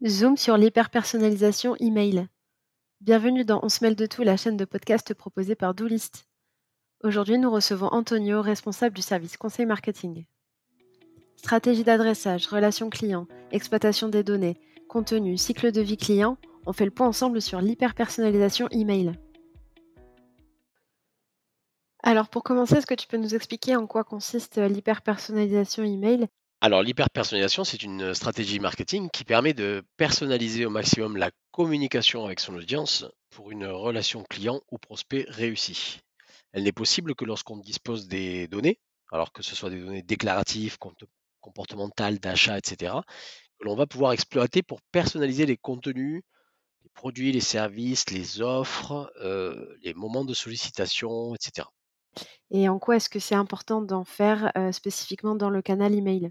Zoom sur l'hyper-personnalisation email. Bienvenue dans On se mêle de tout, la chaîne de podcast proposée par Doolist. Aujourd'hui, nous recevons Antonio, responsable du service conseil marketing. Stratégie d'adressage, relations clients, exploitation des données, contenu, cycle de vie client, on fait le point ensemble sur l'hyper-personnalisation email. Alors pour commencer, est-ce que tu peux nous expliquer en quoi consiste l'hyper-personnalisation email? Alors, l'hyper-personnalisation, c'est une stratégie marketing qui permet de personnaliser au maximum la communication avec son audience pour une relation client ou prospect réussie. Elle n'est possible que lorsqu'on dispose des données, alors que ce soit des données déclaratives, comportementales, d'achat, etc., que l'on va pouvoir exploiter pour personnaliser les contenus, les produits, les services, les offres, les moments de sollicitation, etc. Et en quoi est-ce que c'est important d'en faire spécifiquement dans le canal email?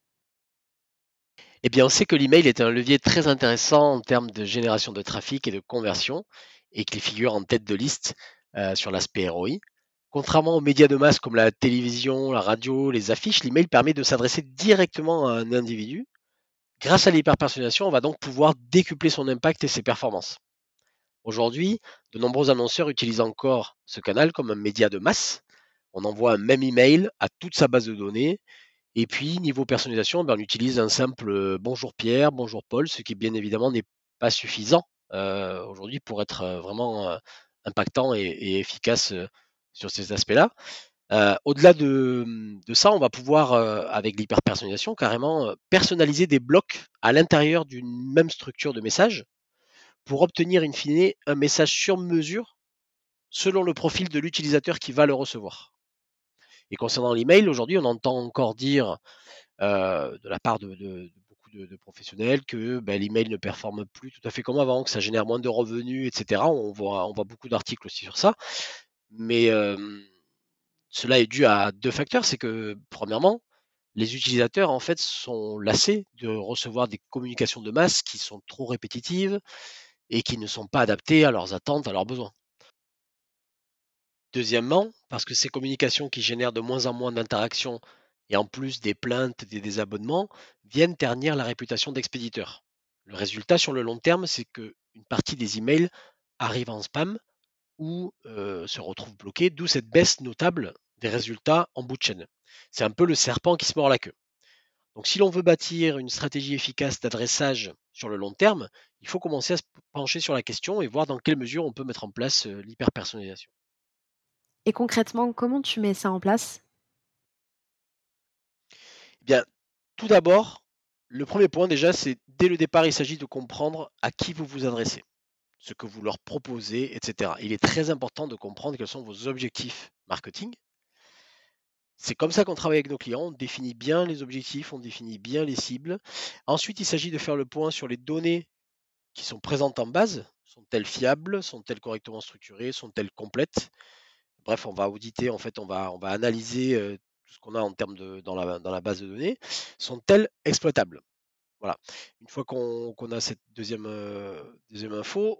Eh bien, on sait que l'email est un levier très intéressant en termes de génération de trafic et de conversion, et qu'il figure en tête de liste sur l'aspect ROI. Contrairement aux médias de masse comme la télévision, la radio, les affiches, l'email permet de s'adresser directement à un individu. Grâce à l'hyperpersonnalisation, on va donc pouvoir décupler son impact et ses performances. Aujourd'hui, de nombreux annonceurs utilisent encore ce canal comme un média de masse. On envoie un même email à toute sa base de données et puis, niveau personnalisation, ben, on utilise un simple bonjour Pierre, bonjour Paul, ce qui bien évidemment n'est pas suffisant aujourd'hui pour être vraiment impactant et efficace sur ces aspects-là. Au-delà de ça, on va pouvoir, avec l'hyper-personnalisation, carrément personnaliser des blocs à l'intérieur d'une même structure de message pour obtenir in fine un message sur mesure selon le profil de l'utilisateur qui va le recevoir. Et concernant l'email, aujourd'hui, on entend encore dire de la part de beaucoup de professionnels que, bah, l'email ne performe plus tout à fait comme avant, que ça génère moins de revenus et cetera. On voit beaucoup d'articles aussi sur ça. Mais, cela est dû à 2 facteurs. C'est que, premièrement, les utilisateurs, en fait, sont lassés de recevoir des communications de masse qui sont trop répétitives et qui ne sont pas adaptées à leurs attentes, à leurs besoins. Deuxièmement, parce que ces communications qui génèrent de moins en moins d'interactions et en plus des plaintes, des désabonnements, viennent ternir la réputation d'expéditeur. Le résultat sur le long terme, c'est que une partie des emails arrive en spam ou se retrouve bloquée, d'où cette baisse notable des résultats en bout de chaîne. C'est un peu le serpent qui se mord la queue. Donc si l'on veut bâtir une stratégie efficace d'adressage sur le long terme, il faut commencer à se pencher sur la question et voir dans quelle mesure on peut mettre en place l'hyper-personnalisation. Et concrètement, comment tu mets ça en place? Eh bien, tout d'abord, le premier point déjà, c'est dès le départ, il s'agit de comprendre à qui vous vous adressez, ce que vous leur proposez, etc. Il est très important de comprendre quels sont vos objectifs marketing. C'est comme ça qu'on travaille avec nos clients, on définit bien les objectifs, on définit bien les cibles. Ensuite, il s'agit de faire le point sur les données qui sont présentes en base. Sont-elles fiables? Sont-elles correctement structurées? Sont-elles complètes? Bref, on va auditer, en fait, on va analyser tout ce qu'on a en termes dans la base de données. Sont-elles exploitables? Voilà. Une fois qu'on a cette deuxième info,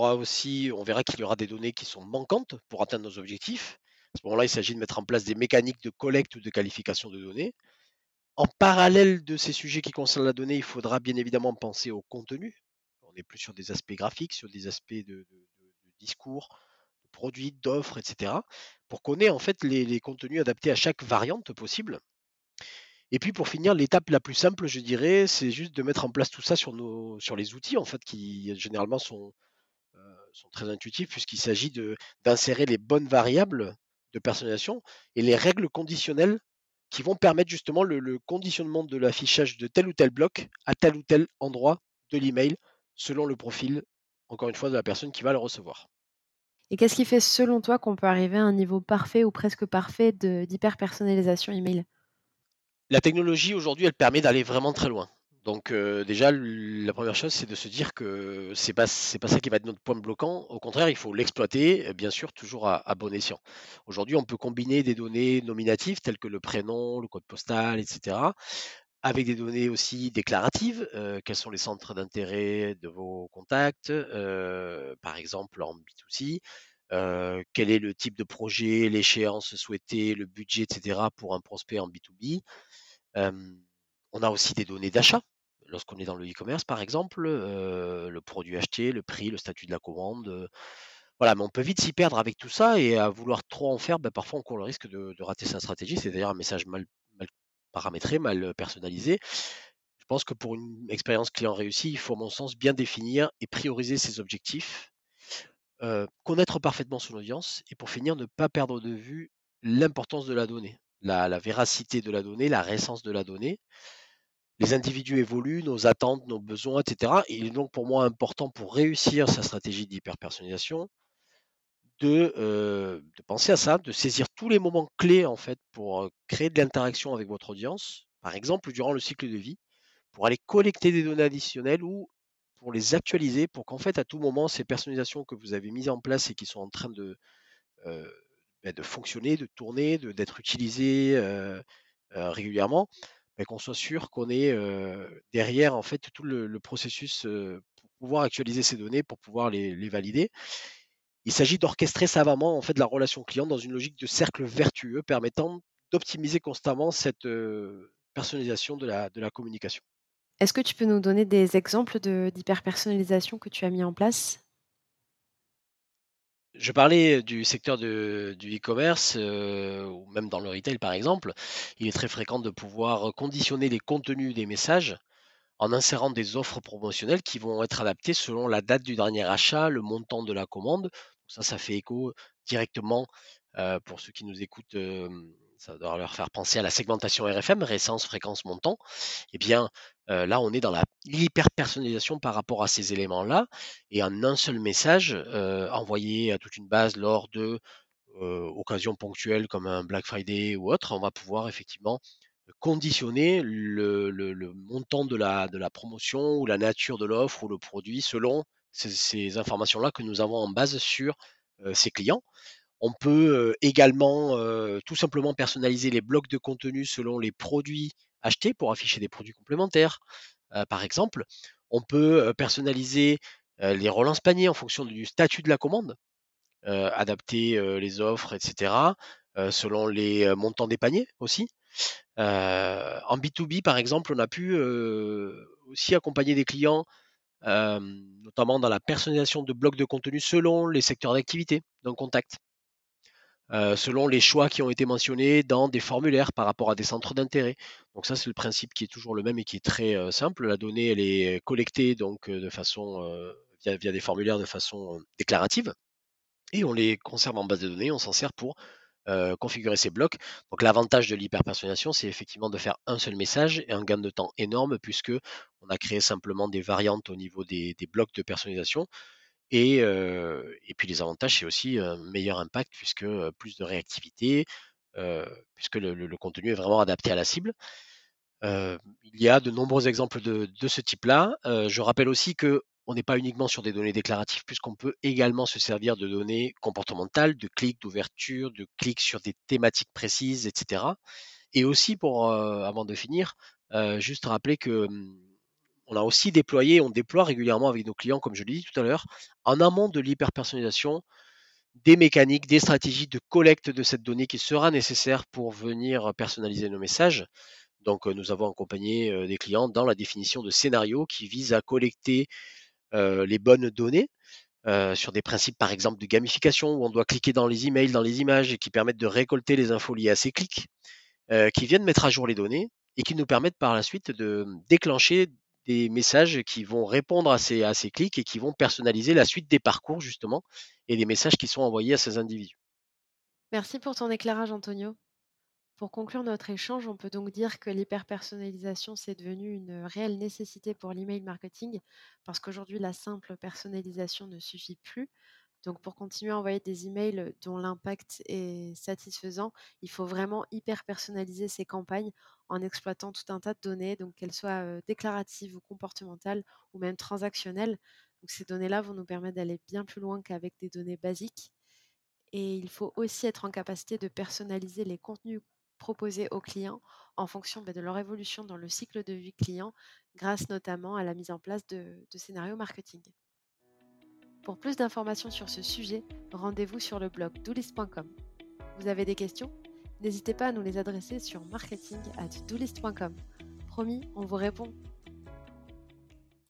on verra qu'il y aura des données qui sont manquantes pour atteindre nos objectifs. À ce moment-là, il s'agit de mettre en place des mécaniques de collecte ou de qualification de données. En parallèle de ces sujets qui concernent la donnée, il faudra bien évidemment penser au contenu. On est plus sur des aspects graphiques, sur des aspects de discours, de produits, d'offres, etc. Pour qu'on ait en fait les contenus adaptés à chaque variante possible. Et puis pour finir, l'étape la plus simple, je dirais, c'est juste de mettre en place tout ça sur les outils en fait qui généralement sont très intuitifs puisqu'il s'agit d'insérer les bonnes variables de personnalisation et les règles conditionnelles qui vont permettre justement le conditionnement de l'affichage de tel ou tel bloc à tel ou tel endroit de l'email selon le profil, encore une fois, de la personne qui va le recevoir. Et qu'est-ce qui fait, selon toi, qu'on peut arriver à un niveau parfait ou presque parfait d'hyper-personnalisation email? La technologie aujourd'hui, elle permet d'aller vraiment très loin. Donc déjà, la première chose, c'est de se dire que c'est pas ça qui va être notre point bloquant. Au contraire, il faut l'exploiter, bien sûr, toujours à bon escient. Aujourd'hui, on peut combiner des données nominatives telles que le prénom, le code postal, et cetera, avec des données aussi déclaratives. Quels sont les centres d'intérêt de vos contacts, par exemple en B2C, quel est le type de projet, l'échéance souhaitée, le budget, et cetera, pour un prospect en B2B. On a aussi des données d'achat. lorsqu'on est dans le e-commerce par exemple, le produit acheté, le prix, le statut de la commande, voilà, mais on peut vite s'y perdre avec tout ça et à vouloir trop en faire, parfois on court le risque de rater sa stratégie, c'est-à-dire un message mal paramétré, mal, personnalisé. Je pense que pour une expérience client réussie, il faut à mon sens bien définir et prioriser ses objectifs, connaître parfaitement son audience et pour finir, ne pas perdre de vue l'importance de la donnée, la véracité de la donnée, la récence de la donnée. Les individus évoluent, nos attentes, nos besoins, et cetera. Il est donc pour moi important pour réussir sa stratégie d'hyper-personnalisation de penser à ça, de saisir tous les moments clés en fait pour, créer de l'interaction avec votre audience. Par exemple, durant le cycle de vie, pour aller collecter des données additionnelles ou pour les actualiser pour qu'en fait, à tout moment, ces personnalisations que vous avez mises en place et qui sont en train heu, de fonctionner, de tourner, d'être utilisées, régulièrement, qu'on soit sûr qu'on est, derrière en fait tout le processus, pour pouvoir actualiser ces données, pour pouvoir les valider. Il s'agit d'orchestrer savamment en fait la relation client dans une logique de cercle vertueux permettant d'optimiser constamment cette, personnalisation de la communication. Est-ce que tu peux nous donner des exemples d'hyper-personnalisation que tu as mis en place? Je parlais du secteur du e-commerce, ou même dans le retail par exemple. Il est très fréquent de pouvoir conditionner les contenus des messages en insérant des offres promotionnelles qui vont être adaptées selon la date du dernier achat, le montant de la commande. Ça fait écho directement, pour ceux qui nous écoutent, ça doit leur faire penser à la segmentation RFM, récence, fréquence, montant. Eh bien, là, on est dans la l'hyper-personnalisation par rapport à ces éléments-là et en un seul message, envoyé à toute une base lors de, occasions ponctuelles comme un Black Friday ou autre, on va pouvoir effectivement conditionner le montant de la promotion ou la nature de l'offre ou le produit selon ces informations-là que nous avons en base sur, ces clients. On peut, également, tout simplement personnaliser les blocs de contenu selon les produits achetés pour afficher des produits complémentaires, par exemple. On peut, personnaliser, les relances paniers en fonction du statut de la commande, adapter, les offres et cetera, selon les, montants des paniers aussi. En B2B, par exemple, on a pu, aussi accompagner des clients, notamment dans la personnalisation de blocs de contenu selon les secteurs d'activité d'un contact, selon les choix qui ont été mentionnés dans des formulaires par rapport à des centres d'intérêt. Donc ça, c'est le principe qui est toujours le même et qui est très, simple. La donnée, elle est collectée donc, de façon, via des formulaires de façon, déclarative et on les conserve en base de données. On s'en sert pour configurer ces blocs. Donc l'avantage de l'hyperpersonnalisation, c'est effectivement de faire un seul message et un gain de temps énorme puisque on a créé simplement des variantes au niveau des blocs de personnalisation. Et puis les avantages, c'est aussi un meilleur impact puisque plus de réactivité, puisque le contenu est vraiment adapté à la cible. Il y a de nombreux exemples de ce type-là. Je rappelle aussi que on n'est pas uniquement sur des données déclaratives, puisqu'on peut également se servir de données comportementales, de clics, d'ouverture, de clics sur des thématiques précises, et cetera. Et aussi pour, avant de finir, juste rappeler que, on a aussi déployé, on déploie régulièrement avec nos clients, comme je l'ai dit tout à l'heure, en amont de l'hyper-personnalisation, des mécaniques, des stratégies de collecte de cette donnée qui sera nécessaire pour venir personnaliser nos messages. Donc, nous avons accompagné, des clients dans la définition de scénarios qui visent à collecter, les bonnes données, sur des principes, par exemple, de gamification où on doit cliquer dans les emails, dans les images et qui permettent de récolter les infos liées à ces clics, qui viennent mettre à jour les données et qui nous permettent par la suite de déclencher des messages qui vont répondre à ces clics et qui vont personnaliser la suite des parcours justement et des messages qui sont envoyés à ces individus. Merci pour ton éclairage, Antonio. Pour conclure notre échange, on peut donc dire que l'hyper-personnalisation, c'est devenu une réelle nécessité pour l'email marketing, parce qu'aujourd'hui, la simple personnalisation ne suffit plus. Donc, pour continuer à envoyer des emails dont l'impact est satisfaisant, il faut vraiment hyper personnaliser ces campagnes en exploitant tout un tas de données, donc qu'elles soient déclaratives ou comportementales ou même transactionnelles. Donc, ces données-là vont nous permettre d'aller bien plus loin qu'avec des données basiques. Et il faut aussi être en capacité de personnaliser les contenus proposés aux clients en fonction de leur évolution dans le cycle de vie client, grâce notamment à la mise en place de scénarios marketing. Pour plus d'informations sur ce sujet, rendez-vous sur le blog doolist.com. Vous avez des questions? N'hésitez pas à nous les adresser sur marketing@doolist.com. Promis, on vous répond.